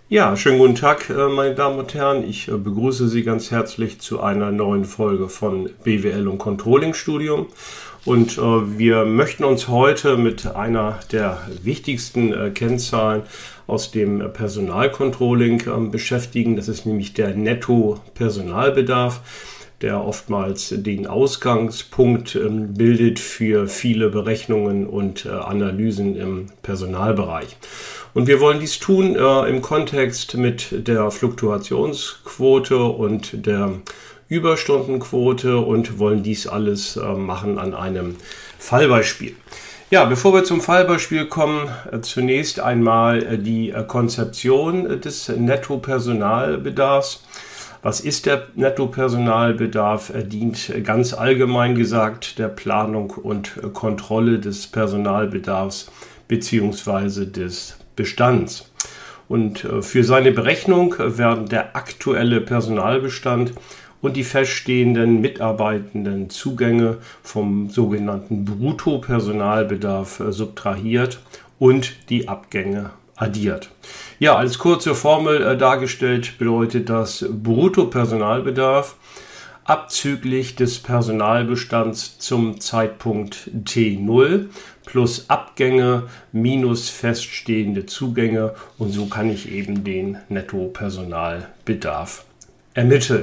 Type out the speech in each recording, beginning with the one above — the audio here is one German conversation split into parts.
Ja, schönen guten Tag, meine Damen und Herren. Ich begrüße Sie ganz herzlich zu einer neuen Folge von BWL und Controlling Studium. Und wir möchten uns heute mit einer der wichtigsten Kennzahlen aus dem Personalcontrolling beschäftigen. Das ist nämlich der Netto-Personalbedarf, der oftmals den Ausgangspunkt bildet für viele Berechnungen und Analysen im Personalbereich. Und wir wollen dies tun im Kontext mit der Fluktuationsquote und der Überstundenquote und wollen dies alles machen an einem Fallbeispiel. Ja, bevor wir zum Fallbeispiel kommen, zunächst einmal die Konzeption des Nettopersonalbedarfs. Was ist der Nettopersonalbedarf? Er dient ganz allgemein gesagt der Planung und Kontrolle des Personalbedarfs bzw. des Bestands. Und für seine Berechnung werden der aktuelle Personalbestand und die feststehenden mitarbeitenden Zugänge vom sogenannten Bruttopersonalbedarf subtrahiert und die Abgänge addiert. Ja, als kurze Formel dargestellt bedeutet das Bruttopersonalbedarf abzüglich des Personalbestands zum Zeitpunkt T0 plus Abgänge minus feststehende Zugänge, und so kann ich eben den Nettopersonalbedarf ermitteln.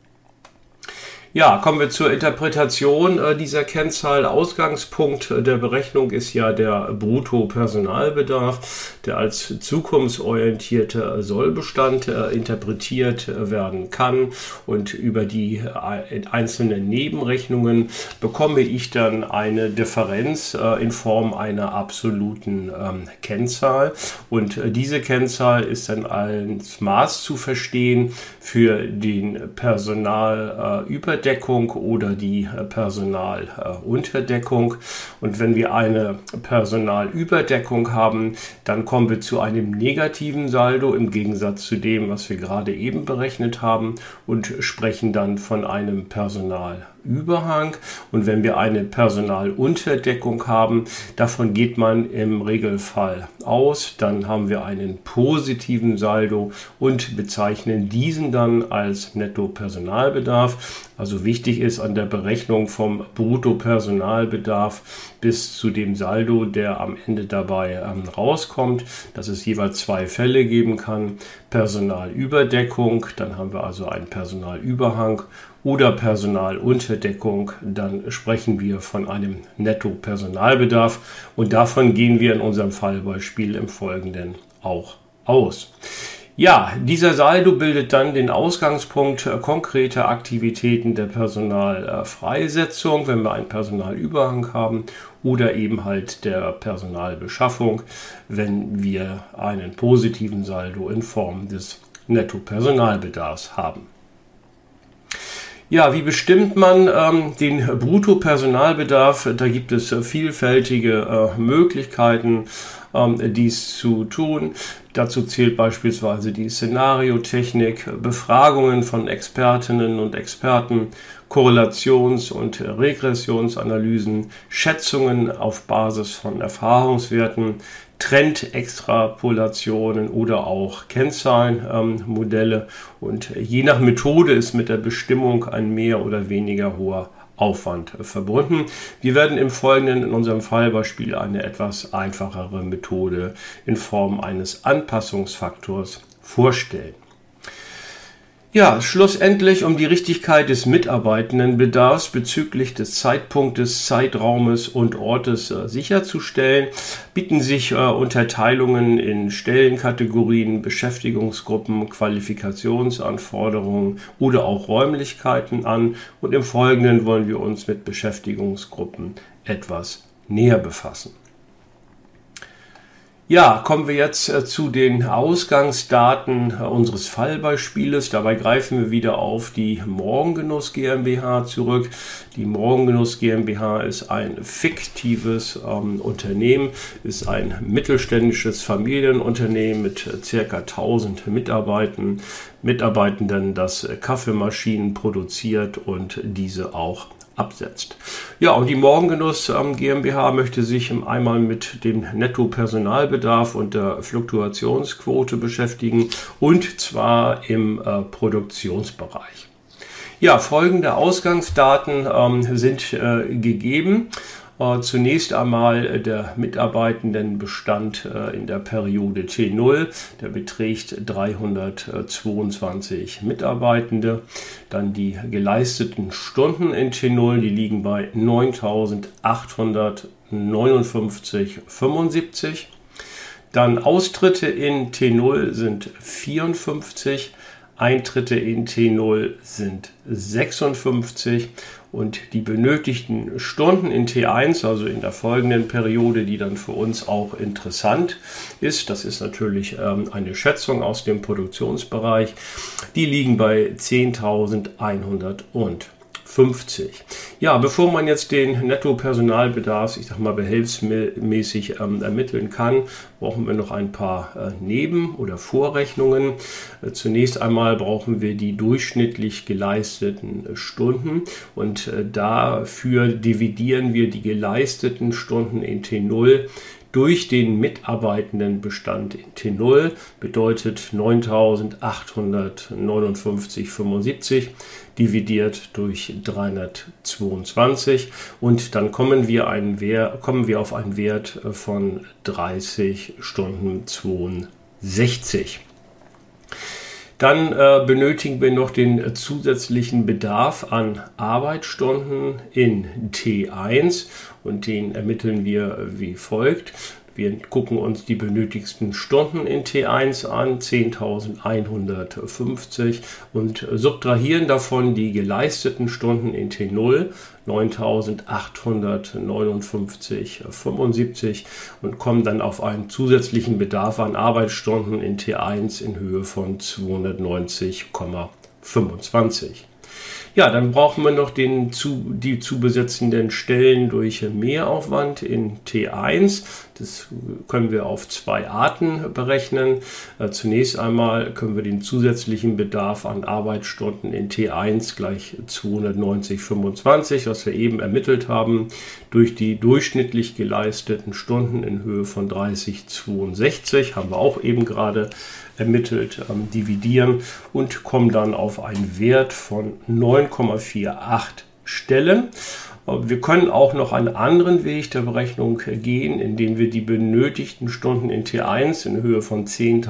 Ja, kommen wir zur Interpretation dieser Kennzahl. Ausgangspunkt der Berechnung ist ja der Bruttopersonalbedarf, der als zukunftsorientierter Sollbestand interpretiert werden kann. Und über die einzelnen Nebenrechnungen bekomme ich dann eine Differenz in Form einer absoluten Kennzahl. Und diese Kennzahl ist dann als Maß zu verstehen für den Personalüberdeckung oder die Personalunterdeckung. Und wenn wir eine Personalüberdeckung haben, dann kommen wir zu einem negativen Saldo im Gegensatz zu dem, was wir gerade eben berechnet haben, und sprechen dann von einem Personalüberhang. Und wenn wir eine Personalunterdeckung haben, davon geht man im Regelfall aus, dann haben wir einen positiven Saldo und bezeichnen diesen dann als Nettopersonalbedarf. Also wichtig ist an der Berechnung vom Bruttopersonalbedarf bis zu dem Saldo, der am Ende dabei rauskommt, dass es jeweils zwei Fälle geben kann. Personalüberdeckung, dann haben wir also einen Personalüberhang, oder Personalunterdeckung, dann sprechen wir von einem Nettopersonalbedarf, und davon gehen wir in unserem Fallbeispiel im Folgenden auch aus. Ja, dieser Saldo bildet dann den Ausgangspunkt konkreter Aktivitäten der Personalfreisetzung, wenn wir einen Personalüberhang haben, oder eben halt der Personalbeschaffung, wenn wir einen positiven Saldo in Form des Nettopersonalbedarfs haben. Ja, wie bestimmt man den Bruttopersonalbedarf? Da gibt es vielfältige Möglichkeiten, dies zu tun. Dazu zählt beispielsweise die Szenariotechnik, Befragungen von Expertinnen und Experten, Korrelations- und Regressionsanalysen, Schätzungen auf Basis von Erfahrungswerten, Trendextrapolationen oder auch Kennzahlenmodelle. Und je nach Methode ist mit der Bestimmung ein mehr oder weniger hoher Aufwand verbunden. Wir werden im Folgenden in unserem Fallbeispiel eine etwas einfachere Methode in Form eines Anpassungsfaktors vorstellen. Ja, schlussendlich, um die Richtigkeit des Mitarbeitendenbedarfs bezüglich des Zeitpunktes, Zeitraumes und Ortes sicherzustellen, bieten sich Unterteilungen in Stellenkategorien, Beschäftigungsgruppen, Qualifikationsanforderungen oder auch Räumlichkeiten an, und im Folgenden wollen wir uns mit Beschäftigungsgruppen etwas näher befassen. Ja, kommen wir jetzt zu den Ausgangsdaten unseres Fallbeispieles. Dabei greifen wir wieder auf die Morgengenuss GmbH zurück. Die Morgengenuss GmbH ist ein fiktives Unternehmen, ist ein mittelständisches Familienunternehmen mit ca. 1000 Mitarbeitenden, das Kaffeemaschinen produziert und diese auch absetzt. Ja, und die Morgengenuss GmbH möchte sich einmal mit dem Nettopersonalbedarf und der Fluktuationsquote beschäftigen, und zwar im Produktionsbereich. Ja, folgende Ausgangsdaten sind gegeben. Zunächst einmal der Mitarbeitendenbestand in der Periode T0, der beträgt 322 Mitarbeitende. Dann die geleisteten Stunden in T0, die liegen bei 9.859,75. Dann Austritte in T0 sind 54, Eintritte in T0 sind 56 und die benötigten Stunden in T1, also in der folgenden Periode, die dann für uns auch interessant ist, das ist natürlich eine Schätzung aus dem Produktionsbereich, die liegen bei 10.150. Ja, bevor man jetzt den Nettopersonalbedarf, behelfsmäßig ermitteln kann, brauchen wir noch ein paar Neben- oder Vorrechnungen. Zunächst einmal brauchen wir die durchschnittlich geleisteten Stunden, und dafür dividieren wir die geleisteten Stunden in T0 durch den Mitarbeitendenbestand in T0, bedeutet 9.859,75 dividiert durch 322, und dann kommen wir auf einen Wert von 30 Stunden 62. Dann benötigen wir noch den zusätzlichen Bedarf an Arbeitsstunden in T1, und den ermitteln wir wie folgt. Wir gucken uns die benötigsten Stunden in T1 an, 10.150, und subtrahieren davon die geleisteten Stunden in T0, 9.859,75, und kommen dann auf einen zusätzlichen Bedarf an Arbeitsstunden in T1 in Höhe von 290,25. Ja, dann brauchen wir noch die zu besetzenden Stellen durch Mehraufwand in T1. Das können wir auf zwei Arten berechnen. Zunächst einmal können wir den zusätzlichen Bedarf an Arbeitsstunden in T1 gleich 290,25, was wir eben ermittelt haben, durch die durchschnittlich geleisteten Stunden in Höhe von 30,62, haben wir auch eben gerade ermittelt, dividieren und kommen dann auf einen Wert von 9,48 Stellen. Wir können auch noch einen anderen Weg der Berechnung gehen, indem wir die benötigten Stunden in T1 in Höhe von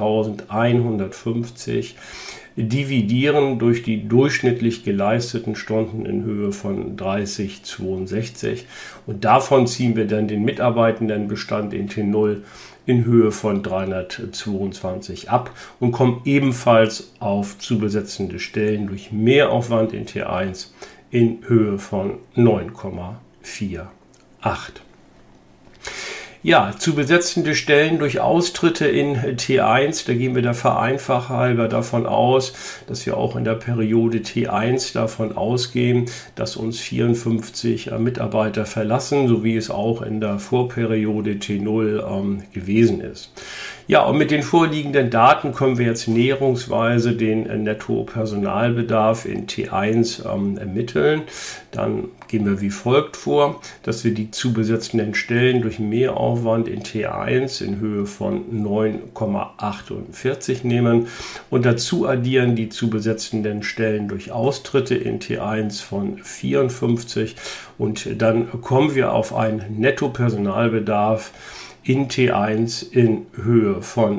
10.150 dividieren durch die durchschnittlich geleisteten Stunden in Höhe von 30,62, und davon ziehen wir dann den Mitarbeitendenbestand in T0 in Höhe von 322 ab und kommen ebenfalls auf zu besetzende Stellen durch Mehraufwand in T1 in Höhe von 9,48. Ja, zu besetzende Stellen durch Austritte in T1, da gehen wir der Vereinfachung halber davon aus, dass wir auch in der Periode T1 davon ausgehen, dass uns 54 Mitarbeiter verlassen, so wie es auch in der Vorperiode T0 gewesen ist. Ja, und mit den vorliegenden Daten können wir jetzt näherungsweise den Nettopersonalbedarf in T1 ermitteln. Dann gehen wir wie folgt vor, dass wir die zu besetzenden Stellen durch Mehraufwand in T1 in Höhe von 9,48 nehmen und dazu addieren die zu besetzenden Stellen durch Austritte in T1 von 54, und dann kommen wir auf einen Nettopersonalbedarf in T1 in Höhe von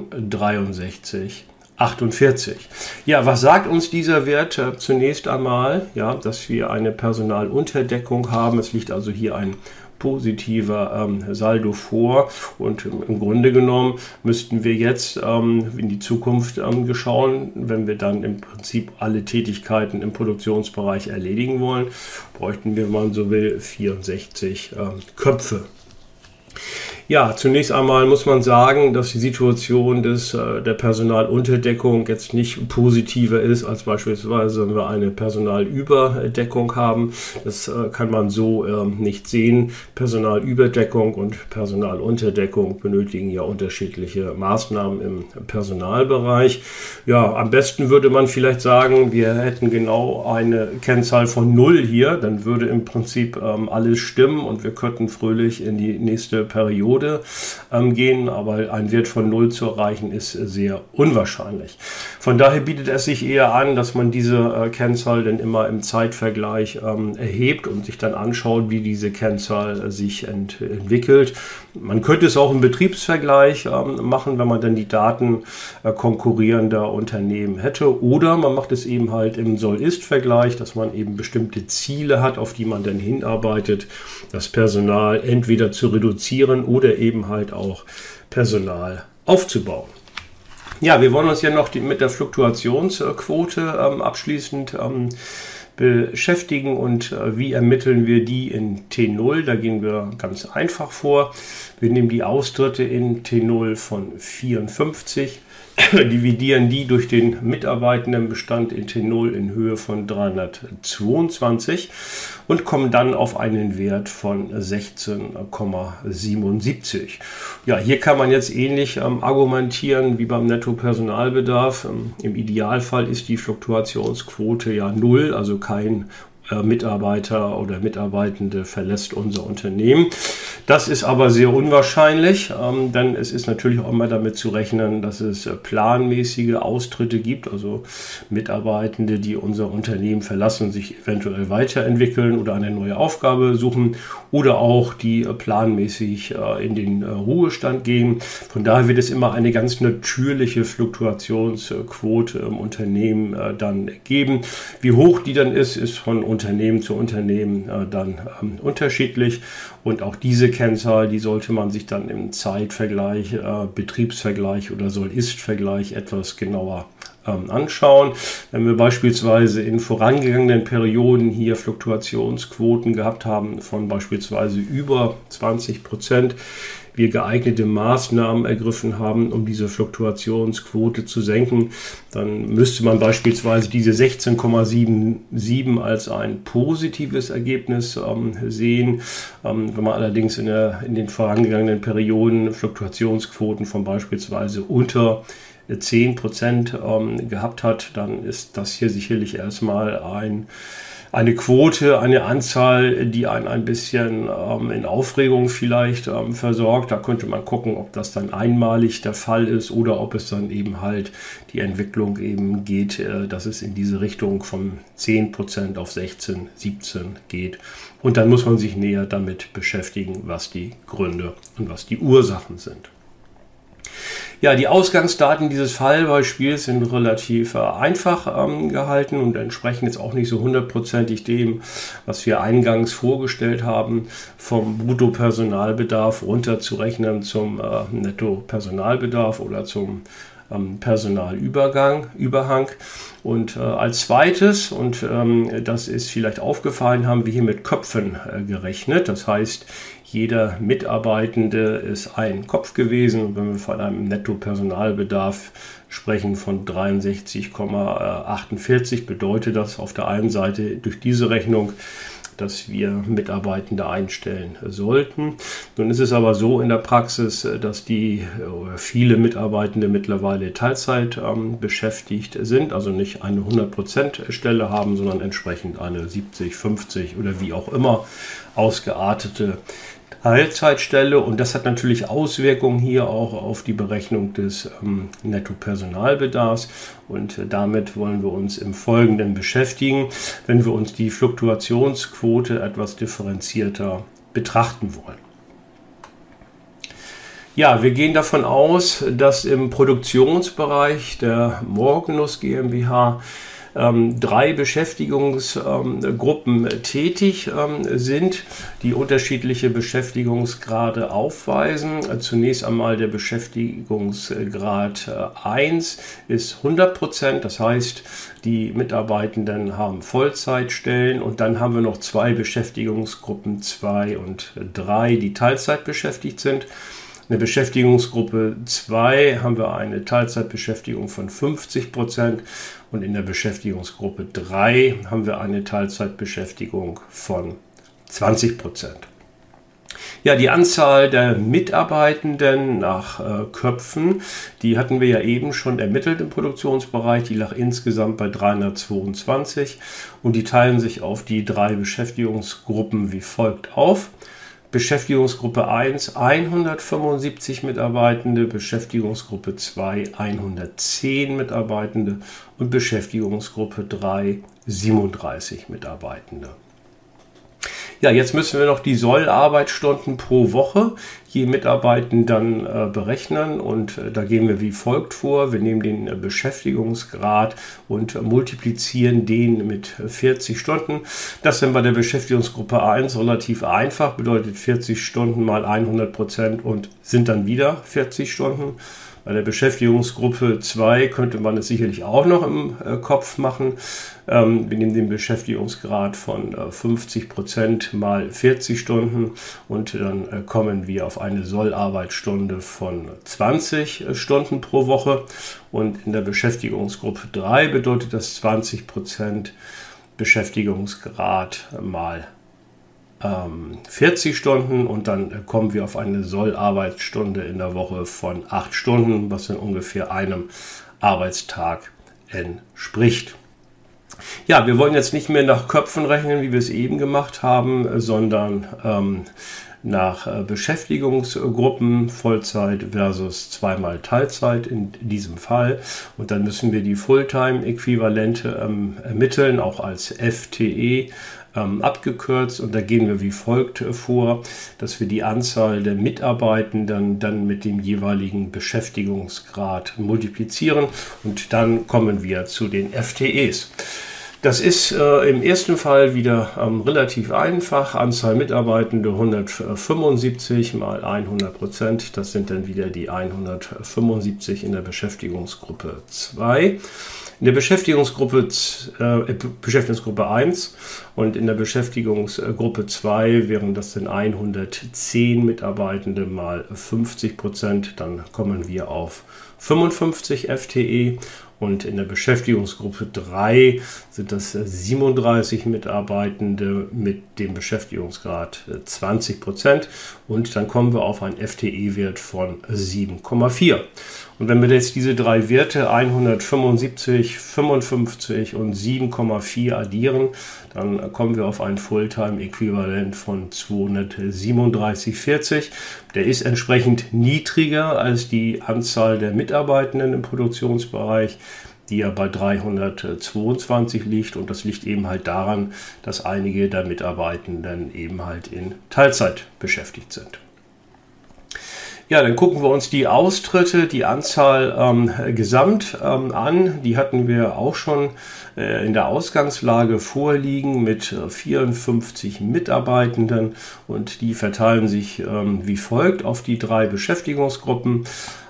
63,48. Ja, was sagt uns dieser Wert zunächst einmal? Ja, dass wir eine Personalunterdeckung haben. Es liegt also hier ein positiver Saldo vor, und im Grunde genommen müssten wir jetzt in die Zukunft schauen, wenn wir dann im Prinzip alle Tätigkeiten im Produktionsbereich erledigen wollen, bräuchten wir, wenn man so will, 64 Köpfe. Ja, zunächst einmal muss man sagen, dass die Situation der Personalunterdeckung jetzt nicht positiver ist als beispielsweise, wenn wir eine Personalüberdeckung haben. Das kann man so nicht sehen. Personalüberdeckung und Personalunterdeckung benötigen ja unterschiedliche Maßnahmen im Personalbereich. Ja, am besten würde man vielleicht sagen, wir hätten genau eine Kennzahl von 0 hier, dann würde im Prinzip alles stimmen und wir könnten fröhlich in die nächste Periode gehen, aber ein Wert von 0 zu erreichen ist sehr unwahrscheinlich. Von daher bietet es sich eher an, dass man diese Kennzahl dann immer im Zeitvergleich erhebt und sich dann anschaut, wie diese Kennzahl sich entwickelt. Man könnte es auch im Betriebsvergleich machen, wenn man dann die Daten konkurrierender Unternehmen hätte, oder man macht es eben halt im Soll-Ist-Vergleich, dass man eben bestimmte Ziele hat, auf die man dann hinarbeitet, das Personal entweder zu reduzieren oder eben halt auch Personal aufzubauen. Ja, wir wollen uns ja noch mit der Fluktuationsquote abschließend beschäftigen und wie ermitteln wir die in T0. Da gehen wir ganz einfach vor. Wir nehmen die Austritte in T0 von 54, dividieren die durch den Mitarbeitendenbestand in T0 in Höhe von 322 und kommen dann auf einen Wert von 16,77. Ja, hier kann man jetzt ähnlich argumentieren wie beim Nettopersonalbedarf. Im Idealfall ist die Fluktuationsquote ja 0, also kein Mitarbeiter oder Mitarbeitende verlässt unser Unternehmen. Das ist aber sehr unwahrscheinlich, denn es ist natürlich auch immer damit zu rechnen, dass es planmäßige Austritte gibt, also Mitarbeitende, die unser Unternehmen verlassen, sich eventuell weiterentwickeln oder eine neue Aufgabe suchen oder auch die planmäßig in den Ruhestand gehen. Von daher wird es immer eine ganz natürliche Fluktuationsquote im Unternehmen dann geben. Wie hoch die dann ist von Unternehmen zu Unternehmen dann unterschiedlich, und auch diese Kennzahl, die sollte man sich dann im Zeitvergleich, Betriebsvergleich oder Soll-Ist-Vergleich etwas genauer anschauen. Wenn wir beispielsweise in vorangegangenen Perioden hier Fluktuationsquoten gehabt haben von beispielsweise über 20%, wir geeignete Maßnahmen ergriffen haben, um diese Fluktuationsquote zu senken, dann müsste man beispielsweise diese 16,77 als ein positives Ergebnis sehen. Wenn man allerdings in den vorangegangenen Perioden Fluktuationsquoten von beispielsweise unter 10% gehabt hat, dann ist das hier sicherlich erstmal eine Quote, eine Anzahl, die einen ein bisschen in Aufregung vielleicht versorgt. Da könnte man gucken, ob das dann einmalig der Fall ist oder ob es dann eben halt die Entwicklung eben geht, dass es in diese Richtung von 10% auf 16, 17 geht. Und dann muss man sich näher damit beschäftigen, was die Gründe und was die Ursachen sind. Ja, die Ausgangsdaten dieses Fallbeispiels sind relativ einfach gehalten und entsprechen jetzt auch nicht so hundertprozentig dem, was wir eingangs vorgestellt haben, vom Bruttopersonalbedarf runterzurechnen zum Nettopersonalbedarf oder zum Personalüberhang. Und als zweites, und das ist vielleicht aufgefallen, haben wir hier mit Köpfen gerechnet. Das heißt, jeder Mitarbeitende ist ein Kopf gewesen. Und wenn wir von einem Nettopersonalbedarf sprechen von 63,48, bedeutet das auf der einen Seite durch diese Rechnung, dass wir Mitarbeitende einstellen sollten. Nun ist es aber so in der Praxis, dass viele Mitarbeitende mittlerweile Teilzeit beschäftigt sind, also nicht eine 100% Stelle haben, sondern entsprechend eine 70, 50 oder wie auch immer ausgeartete Teilzeitstelle, und das hat natürlich Auswirkungen hier auch auf die Berechnung des Nettopersonalbedarfs, und damit wollen wir uns im Folgenden beschäftigen, wenn wir uns die Fluktuationsquote etwas differenzierter betrachten wollen. Ja, wir gehen davon aus, dass im Produktionsbereich der Morganus GmbH 3 Beschäftigungsgruppen tätig sind, die unterschiedliche Beschäftigungsgrade aufweisen. Zunächst einmal der Beschäftigungsgrad 1 ist 100%, das heißt, die Mitarbeitenden haben Vollzeitstellen, und dann haben wir noch 2 Beschäftigungsgruppen 2 und 3, die Teilzeit beschäftigt sind. In der Beschäftigungsgruppe 2 haben wir eine Teilzeitbeschäftigung von 50% und in der Beschäftigungsgruppe 3 haben wir eine Teilzeitbeschäftigung von 20%. Ja, die Anzahl der Mitarbeitenden nach Köpfen, die hatten wir ja eben schon ermittelt im Produktionsbereich. Die lag insgesamt bei 322 und die teilen sich auf die 3 Beschäftigungsgruppen wie folgt auf. Beschäftigungsgruppe 1 175 Mitarbeitende, Beschäftigungsgruppe 2 110 Mitarbeitende und Beschäftigungsgruppe 3 37 Mitarbeitende. Ja, jetzt müssen wir noch die Sollarbeitsstunden pro Woche je Mitarbeitenden dann berechnen, und da gehen wir wie folgt vor. Wir nehmen den Beschäftigungsgrad und multiplizieren den mit 40 Stunden. Das sind bei der Beschäftigungsgruppe 1 relativ einfach, bedeutet 40 Stunden mal 100% und sind dann wieder 40 Stunden. Bei der Beschäftigungsgruppe 2 könnte man es sicherlich auch noch im Kopf machen. Wir nehmen den Beschäftigungsgrad von 50% mal 40 Stunden und dann kommen wir auf eine Sollarbeitsstunde von 20 Stunden pro Woche. Und in der Beschäftigungsgruppe 3 bedeutet das 20% Beschäftigungsgrad mal 40 Stunden, und dann kommen wir auf eine Sollarbeitsstunde in der Woche von 8 Stunden, was in ungefähr einem Arbeitstag entspricht. Ja, wir wollen jetzt nicht mehr nach Köpfen rechnen, wie wir es eben gemacht haben, sondern nach Beschäftigungsgruppen, Vollzeit versus 2-mal Teilzeit in diesem Fall. Und dann müssen wir die Fulltime-Äquivalente ermitteln, auch als FTE abgekürzt. Und da gehen wir wie folgt vor, dass wir die Anzahl der Mitarbeitenden dann mit dem jeweiligen Beschäftigungsgrad multiplizieren, und dann kommen wir zu den FTEs. Das ist im ersten Fall wieder relativ einfach. Anzahl Mitarbeitende 175 mal 100%. Das sind dann wieder die 175 in der Beschäftigungsgruppe 2. In der Beschäftigungsgruppe 1 und in der Beschäftigungsgruppe 2 wären das dann 110 Mitarbeitende mal 50%. Dann kommen wir auf 55 FTE. Und in der Beschäftigungsgruppe 3 sind das 37 Mitarbeitende mit dem Beschäftigungsgrad 20%. Und dann kommen wir auf einen FTE-Wert von 7,4. Und wenn wir jetzt diese 3 Werte 175, 55 und 7,4 addieren, dann kommen wir auf ein Fulltime-Äquivalent von 237,40. Der ist entsprechend niedriger als die Anzahl der Mitarbeitenden im Produktionsbereich, die ja bei 322 liegt. Und das liegt eben halt daran, dass einige der Mitarbeitenden eben halt in Teilzeit beschäftigt sind. Ja, dann gucken wir uns die Austritte, die Anzahl gesamt an. Die hatten wir auch schon in der Ausgangslage vorliegen mit 54 Mitarbeitenden, und die verteilen sich wie folgt auf die 3 Beschäftigungsgruppen.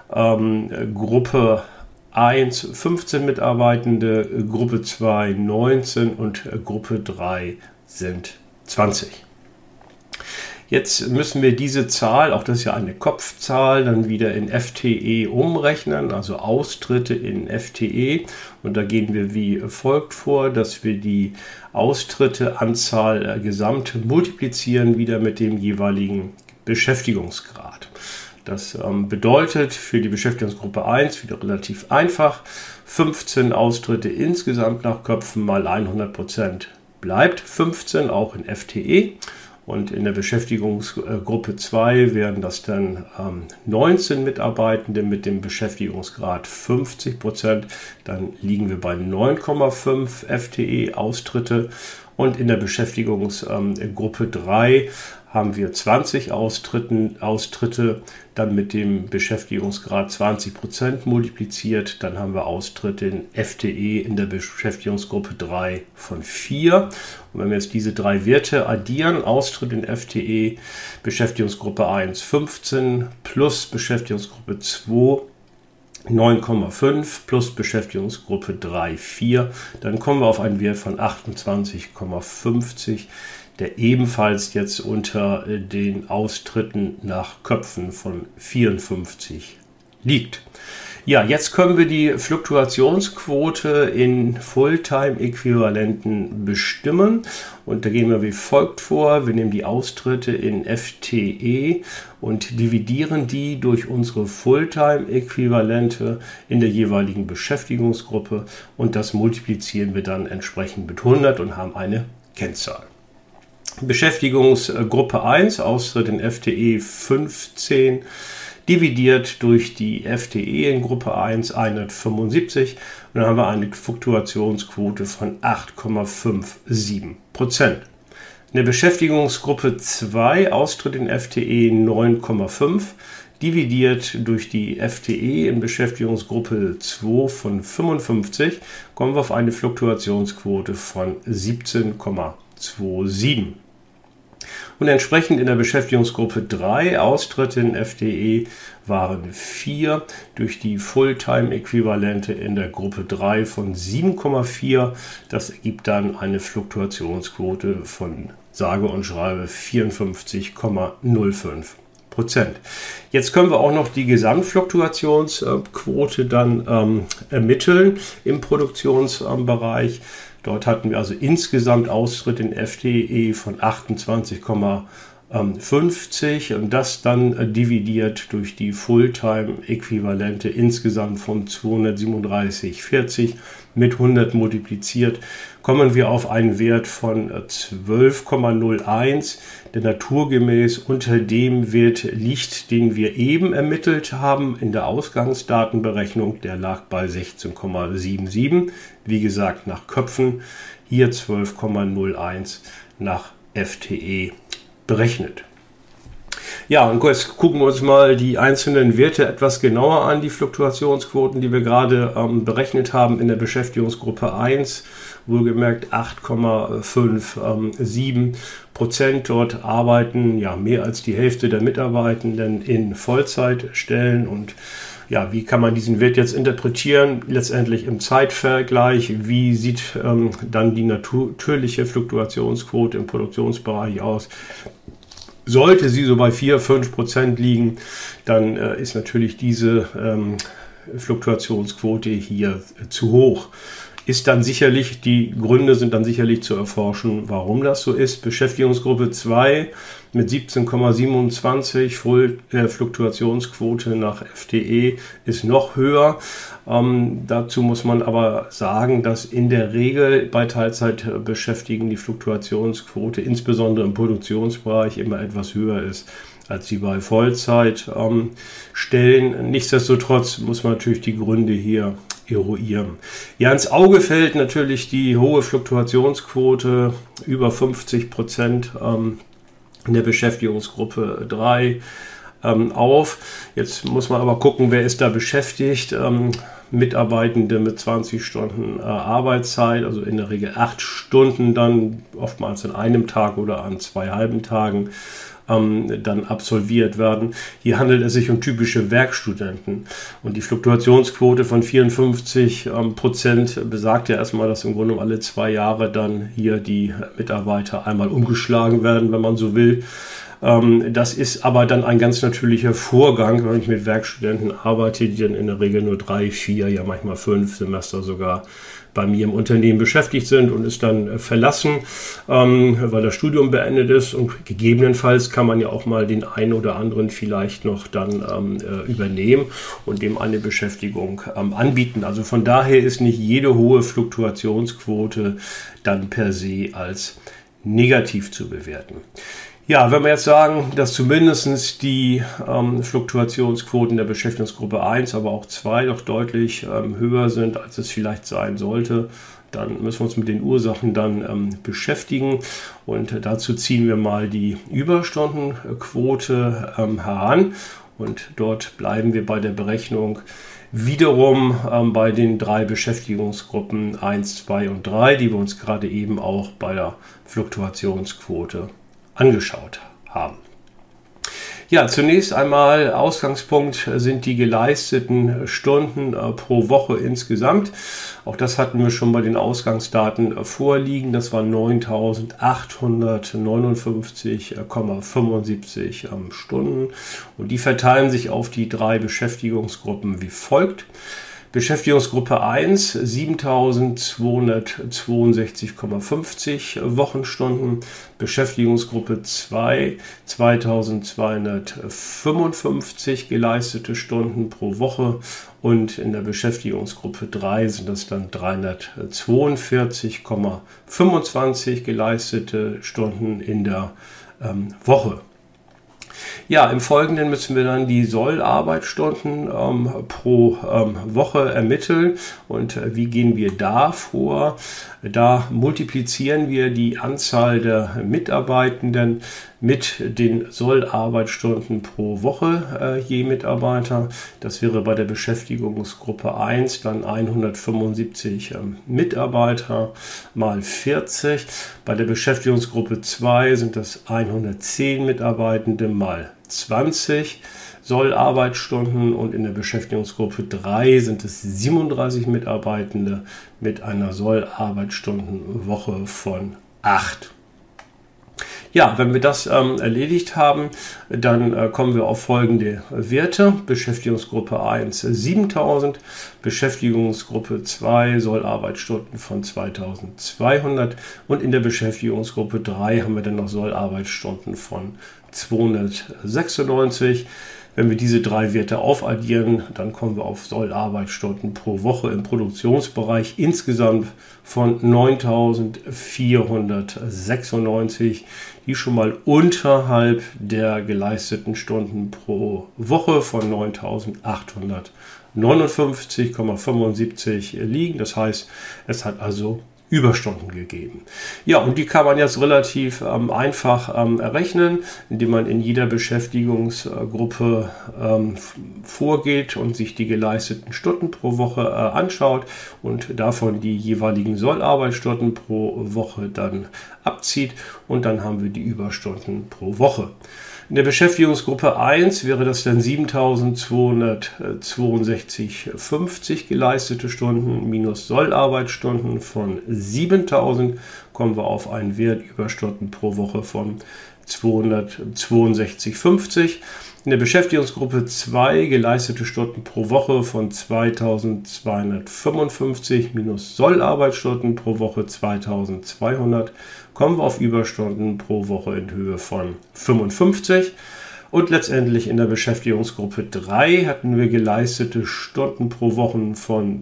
Gruppe 1 15 Mitarbeitende, Gruppe 2 19 und Gruppe 3 sind 20. Jetzt müssen wir diese Zahl, auch das ist ja eine Kopfzahl, dann wieder in FTE umrechnen, also Austritte in FTE. Und da gehen wir wie folgt vor, dass wir die Austritteanzahl gesamt multiplizieren wieder mit dem jeweiligen Beschäftigungsgrad. Das bedeutet für die Beschäftigungsgruppe 1 wieder relativ einfach, 15 Austritte insgesamt nach Köpfen mal 100% bleibt 15, auch in FTE. Und in der Beschäftigungsgruppe 2 wären das dann 19 Mitarbeitende mit dem Beschäftigungsgrad 50%. Dann liegen wir bei 9,5 FTE Austritte. Und in der Beschäftigungsgruppe 3 haben wir 20 Austritte, dann mit dem Beschäftigungsgrad 20% multipliziert, dann haben wir Austritte in FTE in der Beschäftigungsgruppe 3 von 4. Und wenn wir jetzt diese drei Werte addieren, Austritt in FTE, Beschäftigungsgruppe 1 15 plus Beschäftigungsgruppe 2 9,5 plus Beschäftigungsgruppe 3 4, dann kommen wir auf einen Wert von 28,50, der ebenfalls jetzt unter den Austritten nach Köpfen von 54 liegt. Ja, jetzt können wir die Fluktuationsquote in Fulltime-Äquivalenten bestimmen und da gehen wir wie folgt vor. Wir nehmen die Austritte in FTE und dividieren die durch unsere Fulltime-Äquivalente in der jeweiligen Beschäftigungsgruppe und das multiplizieren wir dann entsprechend mit 100 und haben eine Kennzahl. Beschäftigungsgruppe 1, Austritt in FTE 15, dividiert durch die FTE in Gruppe 1 175 und dann haben wir eine Fluktuationsquote von 8,57%. In der Beschäftigungsgruppe 2, Austritt in FTE 9,5, dividiert durch die FTE in Beschäftigungsgruppe 2 von 55, kommen wir auf eine Fluktuationsquote von 17,27. Und entsprechend in der Beschäftigungsgruppe 3, Austritte in FTE waren 4, durch die Fulltime-Äquivalente in der Gruppe 3 von 7,4. Das ergibt dann eine Fluktuationsquote von sage und schreibe 54,05%. Jetzt können wir auch noch die Gesamtfluktuationsquote dann ermitteln im Produktionsbereich. Dort hatten wir also insgesamt Austritt in FTE von 28,50 und das dann dividiert durch die Fulltime-Äquivalente insgesamt von 237,40 mit 100 multipliziert, kommen wir auf einen Wert von 12,01, der naturgemäß unter dem Wert liegt, den wir eben ermittelt haben in der Ausgangsdatenberechnung. Der lag bei 16,77, wie gesagt nach Köpfen, hier 12,01 nach FTE berechnet. Ja, und jetzt gucken wir uns mal die einzelnen Werte etwas genauer an, die Fluktuationsquoten, die wir gerade berechnet haben in der Beschäftigungsgruppe 1, wohlgemerkt 8,57%. Dort arbeiten ja mehr als die Hälfte der Mitarbeitenden in Vollzeitstellen und ja, wie kann man diesen Wert jetzt interpretieren? Letztendlich im Zeitvergleich, wie sieht dann die natürliche Fluktuationsquote im Produktionsbereich aus? Sollte sie so bei 4-5% liegen, dann ist natürlich diese Fluktuationsquote hier zu hoch. Die Gründe sind dann sicherlich zu erforschen, warum das so ist. Beschäftigungsgruppe 2 mit 17,27 Fluktuationsquote nach FTE ist noch höher. Dazu muss man aber sagen, dass in der Regel bei Teilzeitbeschäftigten die Fluktuationsquote insbesondere im Produktionsbereich immer etwas höher ist als sie bei Vollzeitstellen. Nichtsdestotrotz muss man natürlich die Gründe hier eruieren. Ja, ins Auge fällt natürlich die hohe Fluktuationsquote, über 50% in der Beschäftigungsgruppe 3 auf. Jetzt muss man aber gucken, wer ist da beschäftigt. Mitarbeitende mit 20 Stunden Arbeitszeit, also in der Regel 8 Stunden dann, oftmals an einem Tag oder an 2 halben Tagen dann absolviert werden. Hier handelt es sich um typische Werkstudenten und die Fluktuationsquote von 54% besagt ja erstmal, dass im Grunde alle 2 Jahre dann hier die Mitarbeiter einmal umgeschlagen werden, wenn man so will. Das ist aber dann ein ganz natürlicher Vorgang, wenn ich mit Werkstudenten arbeite, die dann in der Regel nur 3, 4, ja manchmal 5 Semester sogar bei mir im Unternehmen beschäftigt sind und es dann verlassen, weil das Studium beendet ist, und gegebenenfalls kann man ja auch mal den einen oder anderen vielleicht noch dann übernehmen und dem eine Beschäftigung anbieten. Also von daher ist nicht jede hohe Fluktuationsquote dann per se als negativ zu bewerten. Ja, wenn wir jetzt sagen, dass zumindest die Fluktuationsquoten der Beschäftigungsgruppe 1, aber auch 2 doch deutlich höher sind, als es vielleicht sein sollte, dann müssen wir uns mit den Ursachen dann beschäftigen. Und dazu ziehen wir mal die Überstundenquote heran. Und dort bleiben wir bei der Berechnung wiederum bei den 3 Beschäftigungsgruppen 1, 2 und 3, die wir uns gerade eben auch bei der Fluktuationsquote angeschaut haben. Ja, zunächst einmal Ausgangspunkt sind die geleisteten Stunden pro Woche insgesamt. Auch das hatten wir schon bei den Ausgangsdaten vorliegen. Das waren 9.859,75 Stunden. Und die verteilen sich auf die 3 Beschäftigungsgruppen wie folgt. Beschäftigungsgruppe 1 7.262,50 Wochenstunden, Beschäftigungsgruppe 2 2.255 geleistete Stunden pro Woche und in der Beschäftigungsgruppe 3 sind das dann 342,25 geleistete Stunden in der Woche. Ja, im Folgenden müssen wir dann die Sollarbeitsstunden pro Woche ermitteln. Und wie gehen wir da vor? Da multiplizieren wir die Anzahl der Mitarbeitenden mit den Sollarbeitsstunden pro Woche je Mitarbeiter. Das wäre bei der Beschäftigungsgruppe 1 dann 175 Mitarbeiter mal 40. Bei der Beschäftigungsgruppe 2 sind das 110 Mitarbeitende mal 20 Sollarbeitsstunden und in der Beschäftigungsgruppe 3 sind es 37 Mitarbeitende mit einer Sollarbeitsstundenwoche von 8. Ja, wenn wir das erledigt haben, dann kommen wir auf folgende Werte. Beschäftigungsgruppe 1 7.000, Beschäftigungsgruppe 2 Sollarbeitsstunden von 2.200 und in der Beschäftigungsgruppe 3 haben wir dann noch Sollarbeitsstunden von 296. Wenn wir diese 3 Werte aufaddieren, dann kommen wir auf Sollarbeitsstunden pro Woche im Produktionsbereich insgesamt von 9.496, die schon mal unterhalb der geleisteten Stunden pro Woche von 9.859,75 liegen. Das heißt, es hat also Überstunden gegeben. Ja, und die kann man jetzt relativ einfach errechnen, indem man in jeder Beschäftigungsgruppe vorgeht und sich die geleisteten Stunden pro Woche anschaut und davon die jeweiligen Sollarbeitsstunden pro Woche dann abzieht und dann haben wir die Überstunden pro Woche. In der Beschäftigungsgruppe 1 wäre das dann 7.262,50 geleistete Stunden minus Sollarbeitsstunden von 7.000, kommen wir auf einen Wert Überstunden pro Woche von 262,50. In der Beschäftigungsgruppe 2 geleistete Stunden pro Woche von 2.255 minus Sollarbeitsstunden pro Woche 2.200, kommen wir auf Überstunden pro Woche in Höhe von 55. Und letztendlich in der Beschäftigungsgruppe 3 hatten wir geleistete Stunden pro Woche von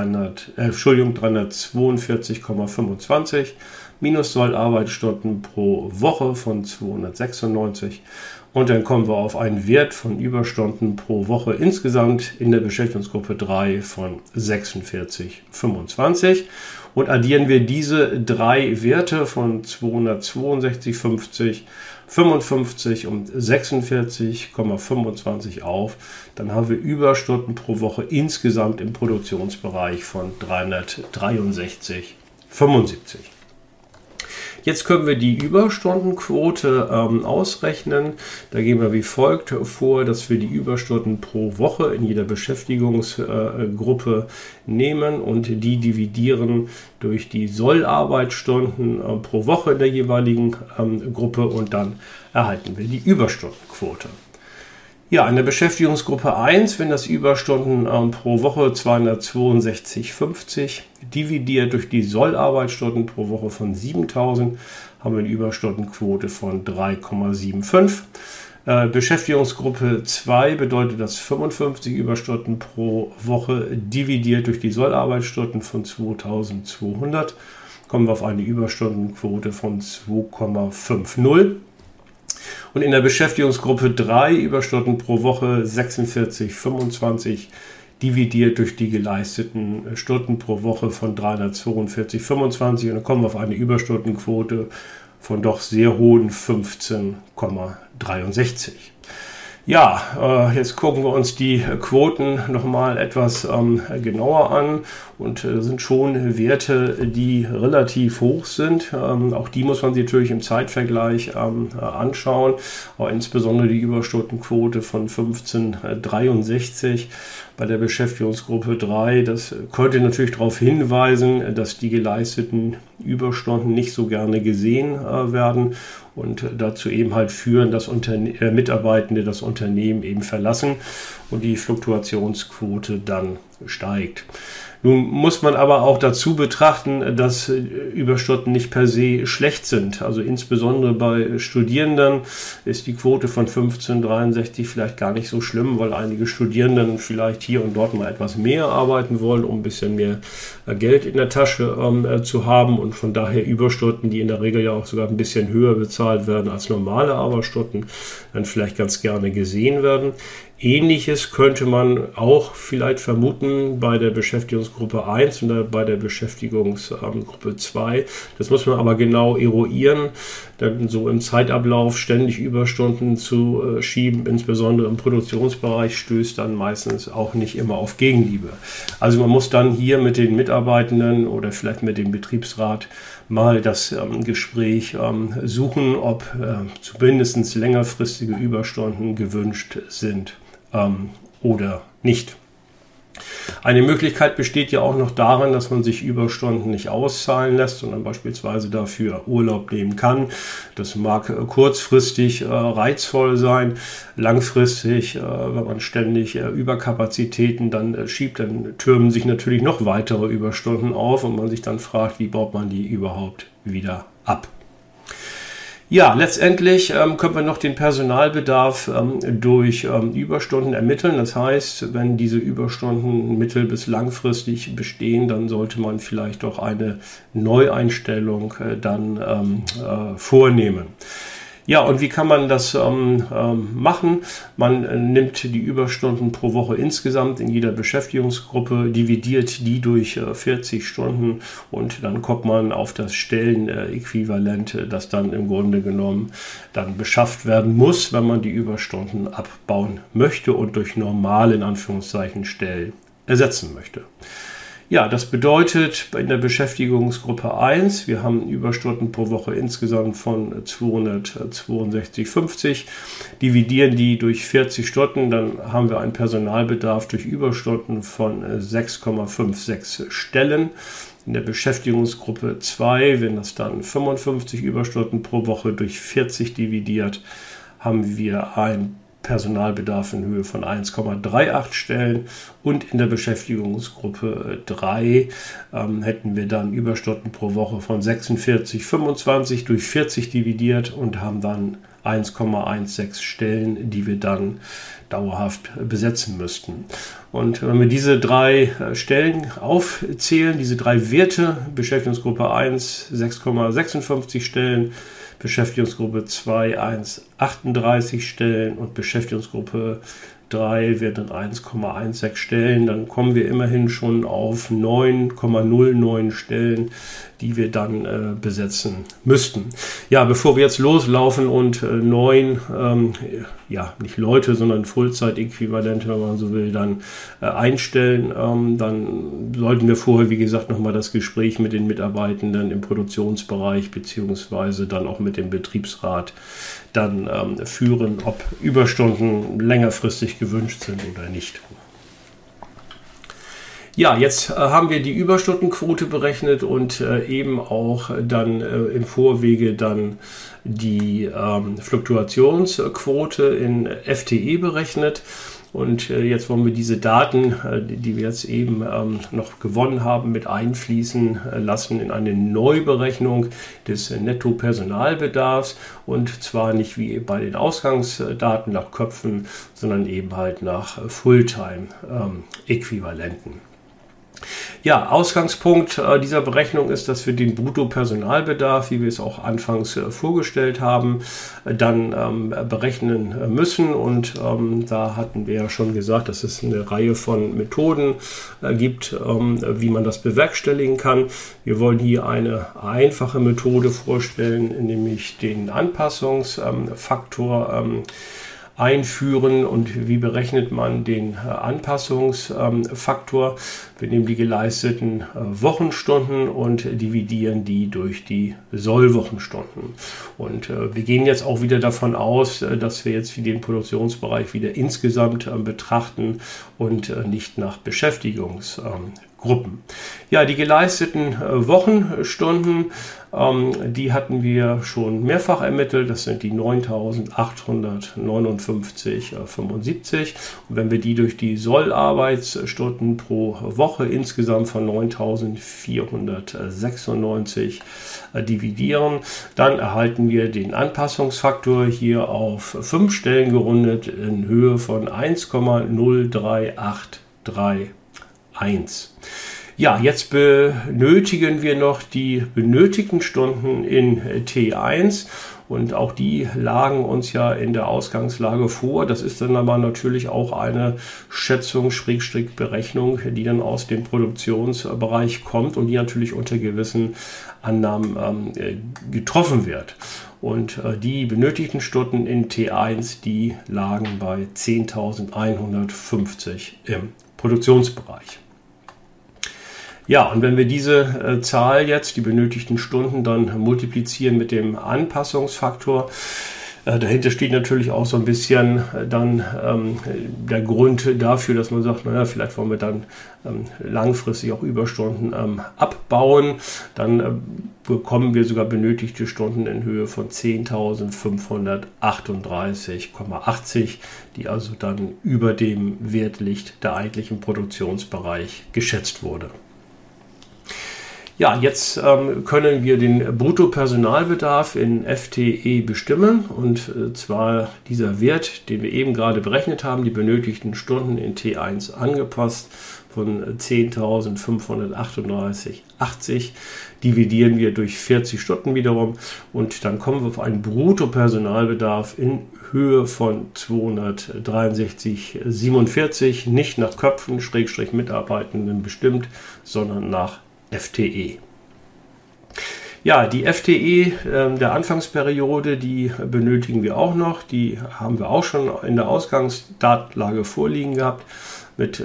342,25 minus Sollarbeitsstunden pro Woche von 296. Und dann kommen wir auf einen Wert von Überstunden pro Woche insgesamt in der Beschäftigungsgruppe 3 von 46,25. Und addieren wir diese 3 Werte von 262,50, 55 und 46,25 auf, dann haben wir Überstunden pro Woche insgesamt im Produktionsbereich von 363,75. Jetzt können wir die Überstundenquote ausrechnen. Da gehen wir wie folgt vor, dass wir die Überstunden pro Woche in jeder Beschäftigungsgruppe nehmen und die dividieren durch die Sollarbeitsstunden pro Woche in der jeweiligen Gruppe und dann erhalten wir die Überstundenquote. Ja, in der Beschäftigungsgruppe 1, wenn das Überstunden pro Woche 262,50 dividiert durch die Sollarbeitsstunden pro Woche von 7.000, haben wir eine Überstundenquote von 3,75. Beschäftigungsgruppe 2 bedeutet das 55 Überstunden pro Woche dividiert durch die Sollarbeitsstunden von 2.200, kommen wir auf eine Überstundenquote von 2,50. Und in der Beschäftigungsgruppe 3 Überstunden pro Woche 46,25 dividiert durch die geleisteten Stunden pro Woche von 342,25 und dann kommen wir auf eine Überstundenquote von doch sehr hohen 15,63. Ja, jetzt gucken wir uns die Quoten nochmal etwas genauer an und sind schon Werte, die relativ hoch sind. Auch die muss man sich natürlich im Zeitvergleich anschauen, aber insbesondere die Überstundenquote von 15,63 bei der Beschäftigungsgruppe 3. Das könnte natürlich darauf hinweisen, dass die geleisteten Überstunden nicht so gerne gesehen werden und dazu eben halt führen, dass Mitarbeitende das Unternehmen eben verlassen und die Fluktuationsquote dann steigt. Nun muss man aber auch dazu betrachten, dass Überstunden nicht per se schlecht sind. Also insbesondere bei Studierenden ist die Quote von 15,63 vielleicht gar nicht so schlimm, weil einige Studierenden vielleicht hier und dort mal etwas mehr arbeiten wollen, um ein bisschen mehr Geld in der Tasche zu haben und von daher Überstunden, die in der Regel ja auch sogar ein bisschen höher bezahlt werden als normale Arbeitsstunden, dann vielleicht ganz gerne gesehen werden. Ähnliches könnte man auch vielleicht vermuten bei der Beschäftigungsgruppe 1 und bei der Beschäftigungsgruppe 2. Das muss man aber genau eruieren, denn so im Zeitablauf ständig Überstunden zu schieben, insbesondere im Produktionsbereich, stößt dann meistens auch nicht immer auf Gegenliebe. Also man muss dann hier mit den Mitarbeitenden oder vielleicht mit dem Betriebsrat mal das Gespräch suchen, ob zumindest längerfristige Überstunden gewünscht sind oder nicht. Eine Möglichkeit besteht ja auch noch darin, dass man sich Überstunden nicht auszahlen lässt, sondern beispielsweise dafür Urlaub nehmen kann. Das mag kurzfristig reizvoll sein, langfristig, wenn man ständig Überkapazitäten dann schiebt, dann türmen sich natürlich noch weitere Überstunden auf und man sich dann fragt, wie baut man die überhaupt wieder ab. Ja, letztendlich können wir noch den Personalbedarf durch Überstunden ermitteln. Das heißt, wenn diese Überstunden mittel- bis langfristig bestehen, dann sollte man vielleicht doch eine Neueinstellung dann vornehmen. Ja, und wie kann man das machen? Man nimmt die Überstunden pro Woche insgesamt in jeder Beschäftigungsgruppe, dividiert die durch 40 Stunden und dann kommt man auf das Stellenäquivalent, das dann im Grunde genommen dann beschafft werden muss, wenn man die Überstunden abbauen möchte und durch normale, in Anführungszeichen, Stellen ersetzen möchte. Ja, das bedeutet in der Beschäftigungsgruppe 1, wir haben Überstunden pro Woche insgesamt von 262,50, dividieren die durch 40 Stunden, dann haben wir einen Personalbedarf durch Überstunden von 6,56 Stellen. In der Beschäftigungsgruppe 2, wenn das dann 55 Überstunden pro Woche durch 40 dividiert, haben wir ein Personalbedarf in Höhe von 1,38 Stellen und in der Beschäftigungsgruppe 3 hätten wir dann Überstunden pro Woche von 46,25 durch 40 dividiert und haben dann 1,16 Stellen, die wir dann dauerhaft besetzen müssten. Und wenn wir diese drei Stellen aufzählen, diese drei Werte, Beschäftigungsgruppe 1 6,56 Stellen, Beschäftigungsgruppe 2 1,38 Stellen und Beschäftigungsgruppe 3 werden 1,16 Stellen. Dann kommen wir immerhin schon auf 9,09 Stellen, die wir dann besetzen müssten. Ja, bevor wir jetzt loslaufen und nicht Leute, sondern Vollzeitäquivalente, wenn man so will, dann einstellen, dann sollten wir vorher, wie gesagt, nochmal das Gespräch mit den Mitarbeitenden im Produktionsbereich beziehungsweise dann auch mit dem Betriebsrat dann führen, ob Überstunden längerfristig gewünscht sind oder nicht. Ja, jetzt haben wir die Überstundenquote berechnet und eben auch dann im Vorwege dann die Fluktuationsquote in FTE berechnet. Und jetzt wollen wir diese Daten, die wir jetzt eben noch gewonnen haben, mit einfließen lassen in eine Neuberechnung des Netto-Personalbedarfs. Und zwar nicht wie bei den Ausgangsdaten nach Köpfen, sondern eben halt nach Fulltime-Äquivalenten. Ja, Ausgangspunkt dieser Berechnung ist, dass wir den Bruttopersonalbedarf, wie wir es auch anfangs vorgestellt haben, dann berechnen müssen. Und da hatten wir ja schon gesagt, dass es eine Reihe von Methoden gibt, wie man das bewerkstelligen kann. Wir wollen hier eine einfache Methode vorstellen, nämlich den Anpassungsfaktor einführen. Und wie berechnet man den Anpassungsfaktor? Wir nehmen die geleisteten Wochenstunden und dividieren die durch die Sollwochenstunden. Und wir gehen jetzt auch wieder davon aus, dass wir jetzt den Produktionsbereich wieder insgesamt betrachten und nicht nach Beschäftigungsgruppen. Ja, die geleisteten Wochenstunden, die hatten wir schon mehrfach ermittelt. Das sind die 9.859,75. Und wenn wir die durch die Sollarbeitsstunden pro Woche insgesamt von 9.496 dividieren, dann erhalten wir den Anpassungsfaktor hier auf 5 Stellen gerundet in Höhe von 1,03831. Ja, jetzt benötigen wir noch die benötigten Stunden in T1 und auch die lagen uns ja in der Ausgangslage vor. Das ist dann aber natürlich auch eine Schätzung, Berechnung, die dann aus dem Produktionsbereich kommt und die natürlich unter gewissen Annahmen getroffen wird. Und die benötigten Stunden in T1, die lagen bei 10.150 im Produktionsbereich. Ja, und wenn wir diese Zahl jetzt, die benötigten Stunden, dann multiplizieren mit dem Anpassungsfaktor, dahinter steht natürlich auch so ein bisschen dann der Grund dafür, dass man sagt, naja, vielleicht wollen wir dann langfristig auch Überstunden abbauen. Dann bekommen wir sogar benötigte Stunden in Höhe von 10.538,80, die also dann über dem Wert liegt, der eigentlichen Produktionsbereich geschätzt wurde. Ja, jetzt können wir den Bruttopersonalbedarf in FTE bestimmen und zwar dieser Wert, den wir eben gerade berechnet haben, die benötigten Stunden in T1 angepasst von 10.538,80, dividieren wir durch 40 Stunden wiederum und dann kommen wir auf einen Bruttopersonalbedarf in Höhe von 263,47, nicht nach Köpfen, Mitarbeitenden bestimmt, sondern nach FTE. Ja, die FTE der Anfangsperiode, die benötigen wir auch noch. Die haben wir auch schon in der Ausgangsdatenlage vorliegen gehabt mit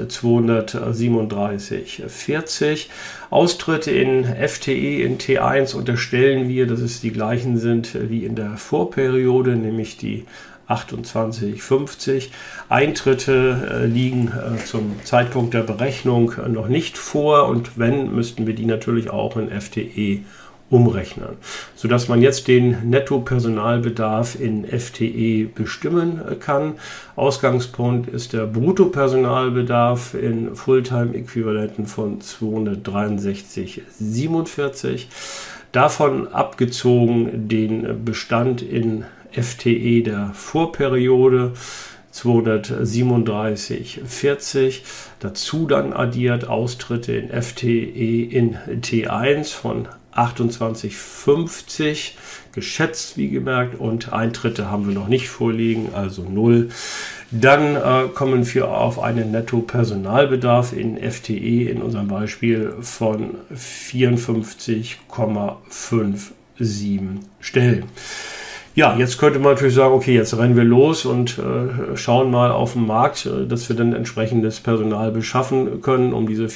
237,40. Austritte in FTE in T1 unterstellen wir, dass es die gleichen sind wie in der Vorperiode, nämlich die 28,50. Eintritte liegen zum Zeitpunkt der Berechnung noch nicht vor und wenn, müssten wir die natürlich auch in FTE umrechnen, sodass man jetzt den Nettopersonalbedarf in FTE bestimmen kann. Ausgangspunkt ist der Bruttopersonalbedarf in Fulltime-Äquivalenten von 263,47. Davon abgezogen den Bestand in FTE der Vorperiode 237,40, dazu dann addiert Austritte in FTE in T1 von 28,50, geschätzt wie gemerkt, und Eintritte haben wir noch nicht vorliegen, also 0. Dann kommen wir auf einen Nettopersonalbedarf in FTE in unserem Beispiel von 54,57 Stellen. Ja, jetzt könnte man natürlich sagen, okay, jetzt rennen wir los und schauen mal auf den Markt, dass wir dann entsprechendes Personal beschaffen können, um diese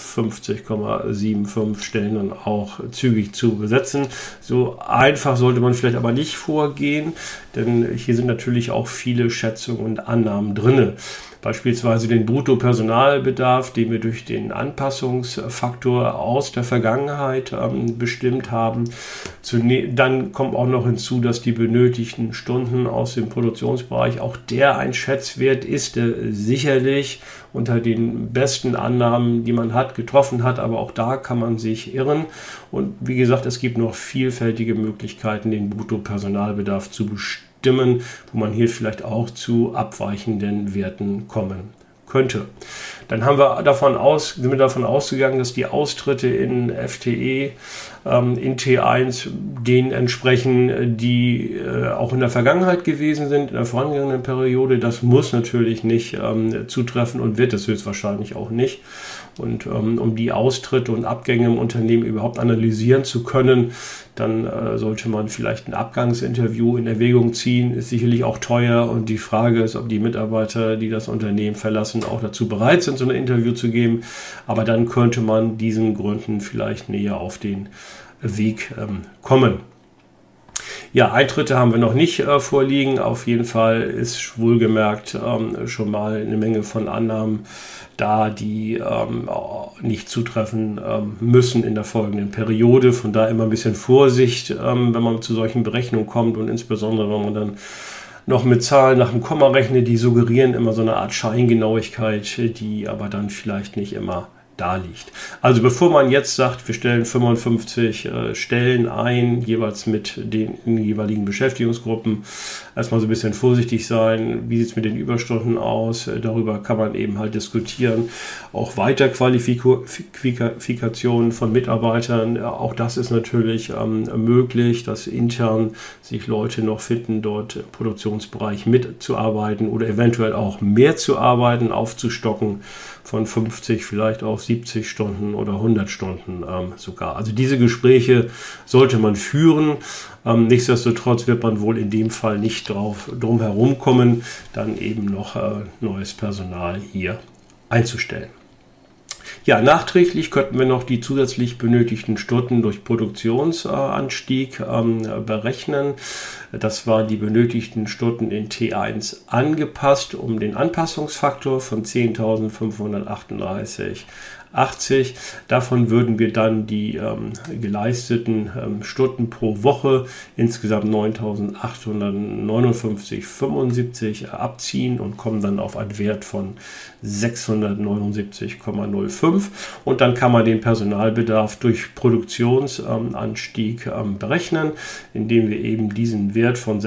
54,75 Stellen dann auch zügig zu besetzen. So einfach sollte man vielleicht aber nicht vorgehen, denn hier sind natürlich auch viele Schätzungen und Annahmen drin. Beispielsweise den Bruttopersonalbedarf, den wir durch den Anpassungsfaktor aus der Vergangenheit bestimmt haben. Dann kommt auch noch hinzu, dass die benötigten Stunden aus dem Produktionsbereich auch der ein Schätzwert ist, der sicherlich unter den besten Annahmen, die man hat, getroffen hat, aber auch da kann man sich irren. Und wie gesagt, es gibt noch vielfältige Möglichkeiten, den Bruttopersonalbedarf zu bestimmen, wo man hier vielleicht auch zu abweichenden Werten kommen könnte. Dann sind wir davon ausgegangen, dass die Austritte in FTE, in T1 denen entsprechen, die auch in der Vergangenheit gewesen sind, in der vorangegangenen Periode. Das muss natürlich nicht zutreffen und wird es höchstwahrscheinlich auch nicht. Und um die Austritte und Abgänge im Unternehmen überhaupt analysieren zu können, dann sollte man vielleicht ein Abgangsinterview in Erwägung ziehen. Ist sicherlich auch teuer und die Frage ist, ob die Mitarbeiter, die das Unternehmen verlassen, auch dazu bereit sind, so ein Interview zu geben. Aber dann könnte man diesen Gründen vielleicht näher auf den Weg kommen. Ja, Eintritte haben wir noch nicht vorliegen. Auf jeden Fall ist wohlgemerkt schon mal eine Menge von Annahmen da, die nicht zutreffen müssen in der folgenden Periode. Von daher immer ein bisschen Vorsicht, wenn man zu solchen Berechnungen kommt und insbesondere, wenn man dann noch mit Zahlen nach dem Komma rechnet, die suggerieren immer so eine Art Scheingenauigkeit, die aber dann vielleicht nicht immer da liegt. Also bevor man jetzt sagt, wir stellen 55 Stellen ein, jeweils mit den jeweiligen Beschäftigungsgruppen, erstmal so ein bisschen vorsichtig sein. Wie sieht es mit den Überstunden aus? Darüber kann man eben halt diskutieren. Auch Weiterqualifikationen von Mitarbeitern, auch das ist natürlich möglich, dass intern sich Leute noch finden, dort im Produktionsbereich mitzuarbeiten oder eventuell auch mehr zu arbeiten, aufzustocken von 50 vielleicht auf 70 Stunden oder 100 Stunden sogar. Also diese Gespräche sollte man führen. Nichtsdestotrotz wird man wohl in dem Fall nicht drum herum kommen, dann eben noch neues Personal hier einzustellen. Ja, nachträglich könnten wir noch die zusätzlich benötigten Stunden durch Produktionsanstieg berechnen. Das waren die benötigten Stunden in T1 angepasst um den Anpassungsfaktor von 10.538,80. Davon würden wir dann die geleisteten Stunden pro Woche, insgesamt 9.859,75 abziehen und kommen dann auf einen Wert von 679,05. Und dann kann man den Personalbedarf durch Produktionsanstieg berechnen, indem wir eben diesen Wert von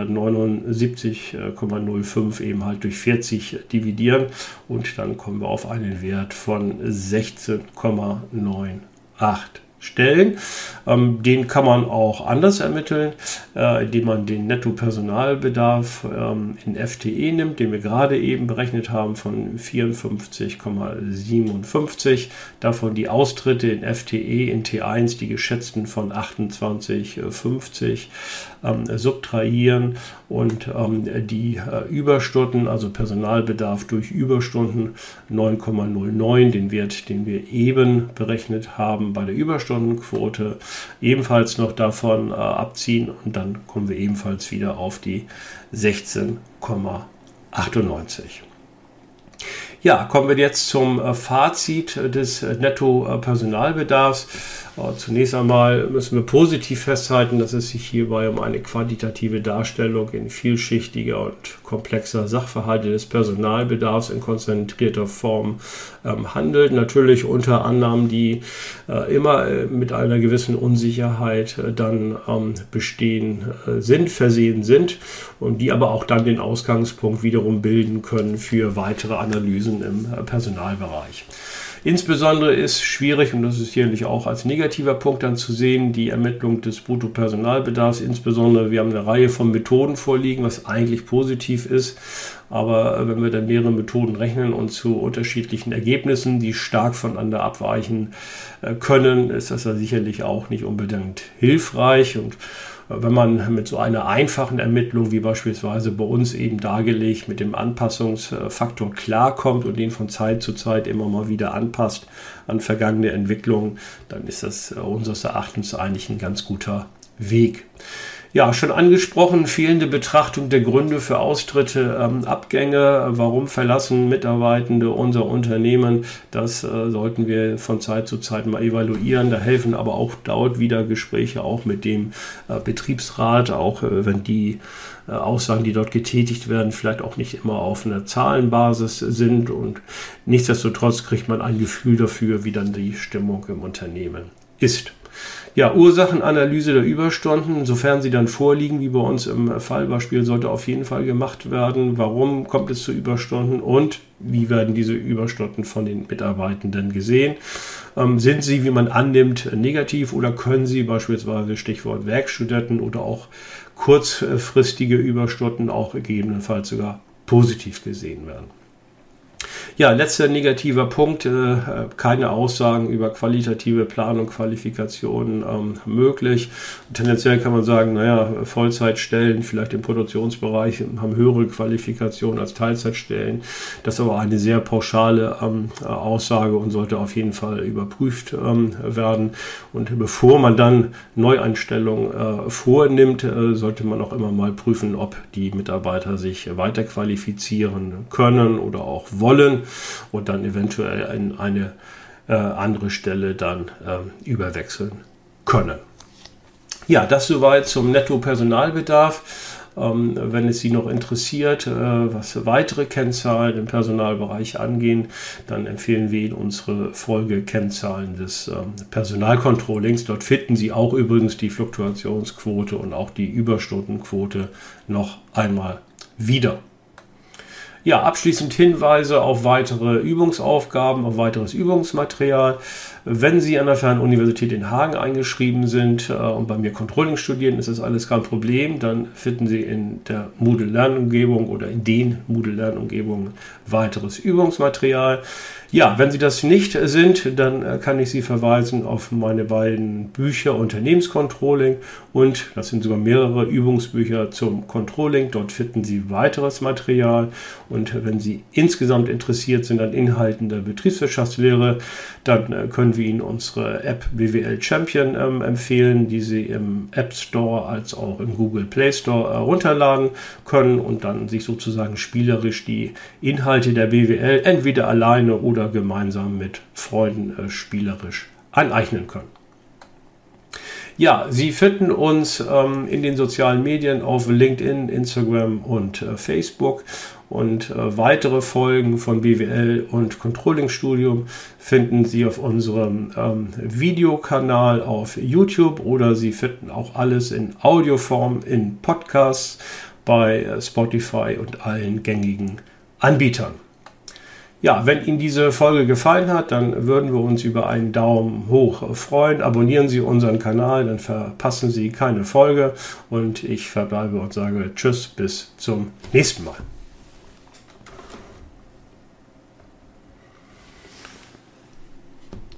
679,05 eben halt durch 40 dividieren und dann kommen wir auf einen Wert von 16,98 Stellen. Den kann man auch anders ermitteln, indem man den Nettopersonalbedarf in FTE nimmt, den wir gerade eben berechnet haben von 54,57. Davon die Austritte in FTE in T1, die geschätzten von 28,50 subtrahieren und die Überstunden, also Personalbedarf durch Überstunden 9,09, den Wert, den wir eben berechnet haben bei der Überstundenquote, ebenfalls noch davon abziehen und dann kommen wir ebenfalls wieder auf die 16,98. Ja, kommen wir jetzt zum Fazit des Netto-Personalbedarfs. Zunächst einmal müssen wir positiv festhalten, dass es sich hierbei um eine quantitative Darstellung in vielschichtiger und komplexer Sachverhalte des Personalbedarfs in konzentrierter Form handelt. Natürlich unter Annahmen, die immer mit einer gewissen Unsicherheit dann versehen sind und die aber auch dann den Ausgangspunkt wiederum bilden können für weitere Analysen im Personalbereich. Insbesondere ist schwierig, und das ist sicherlich auch als negativer Punkt dann zu sehen, die Ermittlung des Bruttopersonalbedarfs. Insbesondere, wir haben eine Reihe von Methoden vorliegen, was eigentlich positiv ist. Aber wenn wir dann mehrere Methoden rechnen und zu unterschiedlichen Ergebnissen, die stark voneinander abweichen können, ist das ja sicherlich auch nicht unbedingt hilfreich. Und wenn man mit so einer einfachen Ermittlung, wie beispielsweise bei uns eben dargelegt, mit dem Anpassungsfaktor klarkommt und den von Zeit zu Zeit immer mal wieder anpasst an vergangene Entwicklungen, dann ist das unseres Erachtens eigentlich ein ganz guter Weg. Ja, schon angesprochen, fehlende Betrachtung der Gründe für Austritte, Abgänge, warum verlassen Mitarbeitende unser Unternehmen, das sollten wir von Zeit zu Zeit mal evaluieren. Da helfen aber auch dort wieder Gespräche auch mit dem Betriebsrat, auch wenn die Aussagen, die dort getätigt werden, vielleicht auch nicht immer auf einer Zahlenbasis sind und nichtsdestotrotz kriegt man ein Gefühl dafür, wie dann die Stimmung im Unternehmen ist. Ja, Ursachenanalyse der Überstunden, sofern sie dann vorliegen, wie bei uns im Fallbeispiel, sollte auf jeden Fall gemacht werden. Warum kommt es zu Überstunden und wie werden diese Überstunden von den Mitarbeitenden gesehen? Sind sie, wie man annimmt, negativ oder können sie beispielsweise, Stichwort Werkstudenten oder auch kurzfristige Überstunden auch gegebenenfalls sogar positiv gesehen werden? Ja, letzter negativer Punkt, keine Aussagen über qualitative Planung, Qualifikationen möglich. Tendenziell kann man sagen, Vollzeitstellen, vielleicht im Produktionsbereich, haben höhere Qualifikationen als Teilzeitstellen. Das ist aber eine sehr pauschale Aussage und sollte auf jeden Fall überprüft werden. Und bevor man dann Neueinstellungen vornimmt, sollte man auch immer mal prüfen, ob die Mitarbeiter sich weiter qualifizieren können oder auch wollen und dann eventuell in eine andere Stelle dann überwechseln können. Ja, das soweit zum Netto-Personalbedarf. Wenn es Sie noch interessiert, was weitere Kennzahlen im Personalbereich angehen, dann empfehlen wir Ihnen unsere Folge Kennzahlen des Personalcontrollings. Dort finden Sie auch übrigens die Fluktuationsquote und auch die Überstundenquote noch einmal wieder. Ja, abschließend Hinweise auf weitere Übungsaufgaben, auf weiteres Übungsmaterial. Wenn Sie an der Fernuniversität in Hagen eingeschrieben sind und bei mir Controlling studieren, ist das alles kein Problem. Dann finden Sie in der Moodle-Lernumgebung oder in den Moodle-Lernumgebungen weiteres Übungsmaterial. Ja, wenn Sie das nicht sind, dann kann ich Sie verweisen auf meine beiden Bücher Unternehmenscontrolling und das sind sogar mehrere Übungsbücher zum Controlling. Dort finden Sie weiteres Material und wenn Sie insgesamt interessiert sind an Inhalten der Betriebswirtschaftslehre, dann können wir Ihnen unsere App BWL Champion empfehlen, die Sie im App Store als auch im Google Play Store runterladen können und dann sich sozusagen spielerisch die Inhalte der BWL entweder alleine oder gemeinsam mit Freunden spielerisch aneignen können. Ja, Sie finden uns in den sozialen Medien auf LinkedIn, Instagram und Facebook und weitere Folgen von BWL und Controlling Studium finden Sie auf unserem Videokanal auf YouTube oder Sie finden auch alles in Audioform in Podcasts bei Spotify und allen gängigen Anbietern. Ja, wenn Ihnen diese Folge gefallen hat, dann würden wir uns über einen Daumen hoch freuen. Abonnieren Sie unseren Kanal, dann verpassen Sie keine Folge. Und ich verbleibe und sage Tschüss, bis zum nächsten Mal.